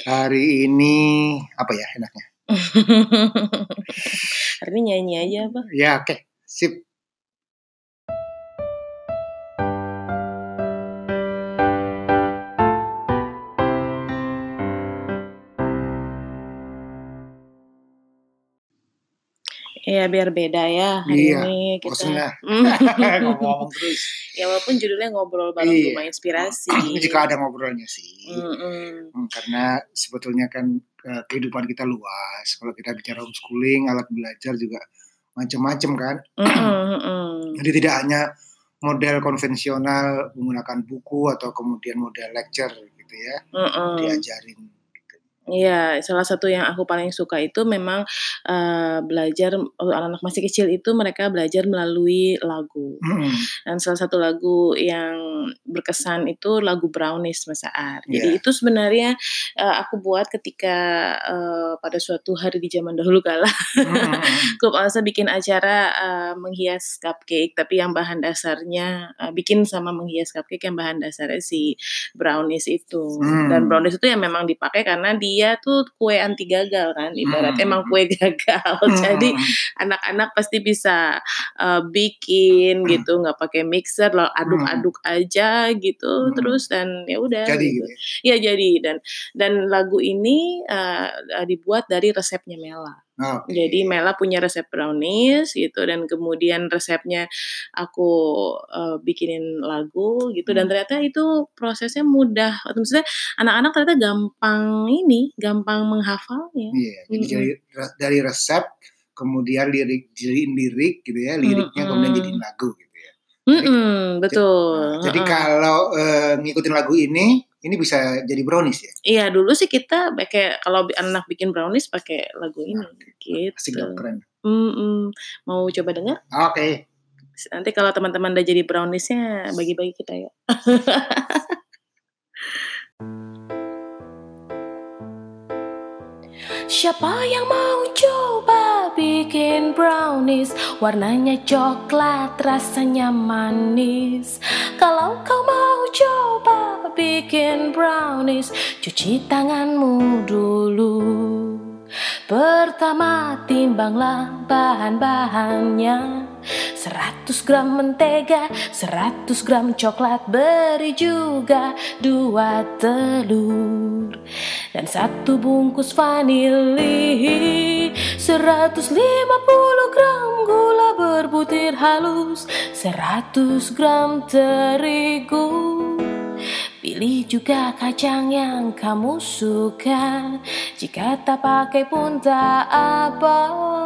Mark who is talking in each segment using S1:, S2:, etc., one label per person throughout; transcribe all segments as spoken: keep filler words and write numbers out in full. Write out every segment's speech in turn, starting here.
S1: Hari ini apa ya enaknya?
S2: Hari ini nyanyi aja apa?
S1: Ya oke, sip.
S2: Iya biar beda ya hari
S1: Iya,
S2: ini
S1: bosen
S2: kita
S1: ah, ngomong-ngomong terus.
S2: Ya walaupun judulnya ngobrol bareng
S1: Iya,
S2: rumah inspirasi.
S1: jika ada ngobrolnya sih.
S2: Mhm.
S1: Mmm, karena sebetulnya kan, eee, kehidupan kita luas, kalau kita bicara homeschooling, alat belajar juga macem-macem kan.
S2: Mhm mhm.
S1: Jadi tidak hanya model konvensional menggunakan buku atau kemudian model lecture gitu ya,
S2: Mhm.
S1: diajarin gitu.
S2: Iya, salah satu yang aku paling suka itu memang, eee, belajar eee, anak-anak masih kecil itu mereka belajar melalui lagu.
S1: Mhm.
S2: Dan salah satu lagu yang berkesan itu lagu Brownies, Mas Aar.
S1: Iya.
S2: Jadi itu sebenarnya, eee, aku buat ketika, eee, pada suatu hari di zaman dahulu kala,
S1: Mhm mhm.
S2: Klub Alsa bikin acara, eee, menghias cupcake, tapi yang bahan dasarnya eee, bikin sama menghias cupcake yang bahan dasarnya si brownies itu. Dan
S1: Mmm.
S2: brownies itu yang memang dipakai karena dia tuh kue anti gagal kan,
S1: Mhm
S2: ibaratnya emang
S1: mhm.
S2: kue gagal.
S1: Mhm
S2: Jadi
S1: mhm.
S2: anak-anak pasti bisa, eee, bikin gitu, nggak pakai mixer, lo
S1: Mhm.
S2: aduk-aduk aja gitu,
S1: Mhm.
S2: terus dan ya udah
S1: Jadi
S2: gitu.
S1: gitu ya?
S2: Iya jadi dan dan lagu ini, eee eee, dibuat dari resepnya Mela. Jadi
S1: Oke.
S2: Mela punya resep brownies gitu dan kemudian resepnya aku, eee, bikinin lagu gitu dan
S1: Mmm.
S2: ternyata itu prosesnya mudah, maksudnya anak-anak ternyata gampang ini, gampang menghafalnya.
S1: Iya, jadi dari
S2: Mhm.
S1: re dari resep, kemudian lirik jadiin lirik gitu ya, liriknya kemudian jadiin
S2: Mhm.
S1: lagu gitu ya. Jadi
S2: Mhm,
S1: ja eee,
S2: betul,
S1: jadi
S2: heeh.
S1: kalau, eee, ngikutin lagu ini, ini bisa jadi brownies ya?
S2: Iya dulu sih kita pake kalau anak bikin brownies pakai lagu ini,
S1: Oke, asik dong,
S2: gitu.
S1: keren.
S2: Mhm, mau coba denger?
S1: Oke.
S2: Nanti kalau teman-teman udah jadi brownies-nya bagi-bagi kita ya. Siapa yang mau coba bikin brownies, warnanya coklat, rasanya manis. Kalau kau mau coba bikin brownies, cuci tanganmu dulu. Pertama timbanglah bahan-bahannya, seratus gram mentega, seratus gram coklat, beri juga dua telur dan satu bungkus vanili, seratus lima puluh gram gula berbutir halus, seratus gram terigu. Pilih juga kacang yang kamu suka, jika tak pakai pun tak apa.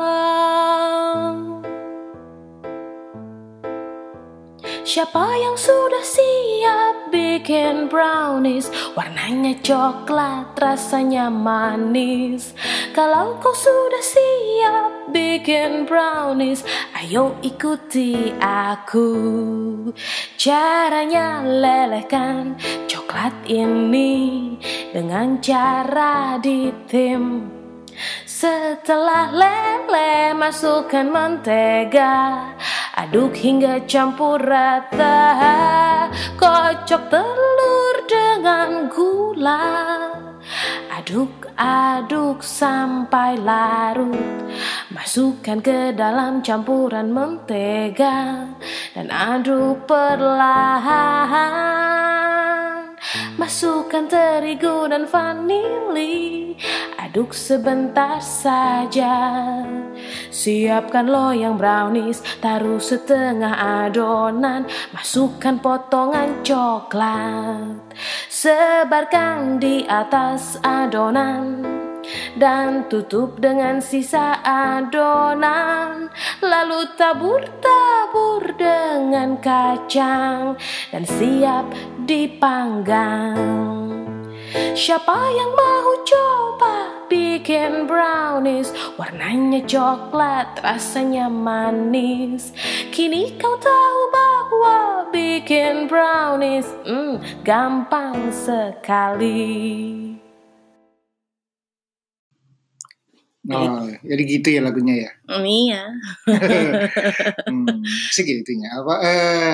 S2: Siapa yang sudah siap bikin brownies, warnanya coklat, rasanya manis. Kalau kau sudah siap bikin brownies, ayo ikuti aku. Caranya lelehkan coklat ini dengan cara ditim. Setelah leleh masukkan mentega, aduk hingga campur rata. Kocok telur dengan gula, aduk-aduk sampai larut. Masukkan ke dalam campuran mentega dan aduk perlahan. Masukkan terigu dan vanili, aduk sebentar saja. Siapkan loyang brownies, taruh setengah adonan, masukkan potongan coklat, sebarkan di atas adonan dan tutup dengan sisa adonan. Lalu tabur-tabur dengan kacang dan siap dipanggang. Siapa yang mau coba bikin brownies, warnanya coklat, rasanya manis. Kini kau tahu bahwa bikin brownies hmm, gampang sekali.
S1: Oh, jadi gitu ya lagunya ya?
S2: Mmm, iya.
S1: Mmm, asik ya itunya, apa, eee,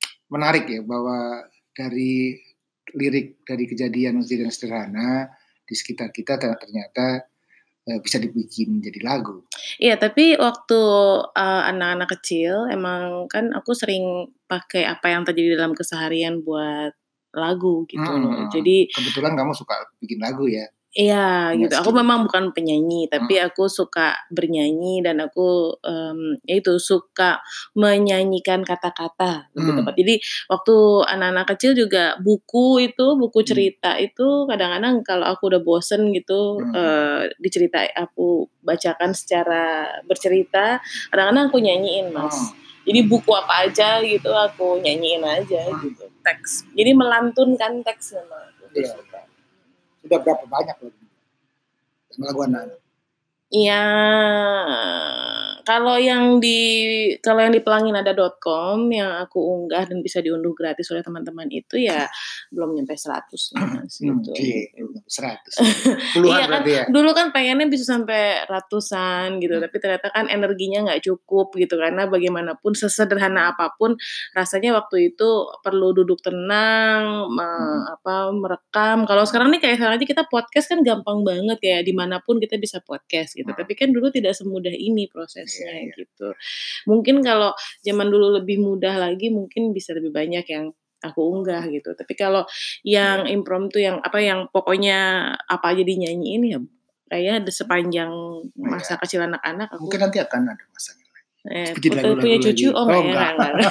S1: menarik ya bahwa dari lirik dari kejadian-kejadian sederhana di sekitar kita ternyata uh, bisa dibikin jadi lagu.
S2: Iya, tapi waktu, eee, anak-anak kecil emang kan aku sering pakai apa yang terjadi dalam keseharian buat lagu gitu loh.
S1: Mhm,
S2: Jadi
S1: kebetulan kamu suka bikin lagu ya?
S2: Iya
S1: Punya
S2: gitu, aku
S1: skill
S2: memang
S1: itu.
S2: bukan penyanyi, tapi
S1: Mhm.
S2: aku suka bernyanyi dan aku, mmm, ya itu suka menyanyikan kata-kata lebih
S1: Mmm.
S2: tepat. Jadi waktu anak-anak kecil juga buku itu, buku
S1: Mmm.
S2: cerita itu kadang-kadang kalau aku udah bosen gitu,
S1: Mhm.
S2: eee, diceritai aku bacakan secara bercerita, kadang-kadang aku nyanyiin, Mas.
S1: Oh.
S2: Jadi buku apa aja gitu aku nyanyiin aja
S1: Mhm.
S2: gitu, teks. Jadi melantunkan teks memang aku tuh
S1: Iya.
S2: suka.
S1: Sudah berapa banyak lagunya? Lagu anak-anak?
S2: Iya, kalau yang di kalau yang di pelangi nada dot com yang aku unggah dan bisa diunduh gratis oleh teman-teman itu ya belum nyampe seratus nih, Mas,
S1: Mmm,
S2: gitu.
S1: cie, belum nyampe seratus. Puluhan
S2: Iya kan,
S1: berarti ya?
S2: dulu kan pengennya bisa sampai ratusan gitu,
S1: Mmm.
S2: tapi ternyata kan energinya nggak cukup gitu, karena bagaimanapun sesederhana apapun rasanya waktu itu perlu duduk tenang, me
S1: Mhm.
S2: apa, merekam. Kalau sekarang nih kayak sekarang aja kita podcast kan gampang banget ya, di mana pun kita bisa podcast gitu,
S1: Mhm.
S2: tapi kan dulu tidak semudah ini
S1: Iya
S2: prosesnya
S1: iya.
S2: gitu. Mungkin kalau zaman dulu lebih mudah lagi mungkin bisa lebih banyak yang aku unggah gitu, tapi kalau yang
S1: Iya.
S2: impromptu yang apa, yang pokoknya apa aja dinyanyiin ya kayaknya de sepanjang
S1: Oh iya.
S2: masa kecil anak-anak
S1: Mungkin
S2: aku
S1: nanti akan ada masanya lagi.
S2: Eh,
S1: Bikin
S2: pu eee,
S1: lagu-lagu
S2: punya cucu?
S1: lagi.
S2: Oh
S1: Oh
S2: nggak ya,
S1: enggak.
S2: nggak nggak nggak.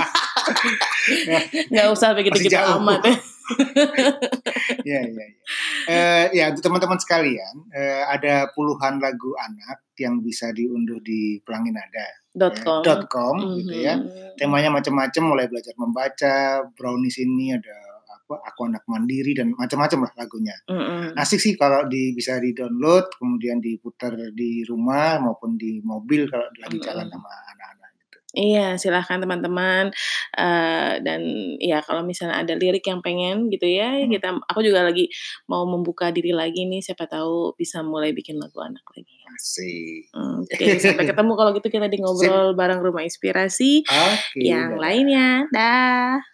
S2: Nggak usah
S1: Masih
S2: begitu-gitu
S1: jauh.
S2: amat ya.
S1: Iya iya iya. Eee, ya untuk teman-teman sekalian, eee, ada puluhan lagu anak yang bisa diunduh di pelangi nada,
S2: Dot
S1: eee,
S2: com,
S1: dot com gitu ya.
S2: mhm.
S1: Temanya macam-macam mulai belajar membaca, brownies ini ada apa, aku anak mandiri dan macam-macam lah lagunya.
S2: Mhm.
S1: Asik sih kalau di bisa di-download kemudian diputar di rumah maupun di mobil kalau lagi jalan
S2: Mhm.
S1: sama anak-anak gitu.
S2: Iya silahkan teman-teman, eee, dan ya kalau misalnya ada lirik yang pengen gitu ya,
S1: Mhm.
S2: kita aku juga lagi mau membuka diri lagi nih, siapa tahu bisa mulai bikin lagu anak lagi.
S1: Asik.
S2: Oke, sampai ketemu kalau gitu kita di
S1: Sip.
S2: ngobrol bareng Rumah Inspirasi
S1: Oke,
S2: yang
S1: dadah.
S2: lainnya. Dah.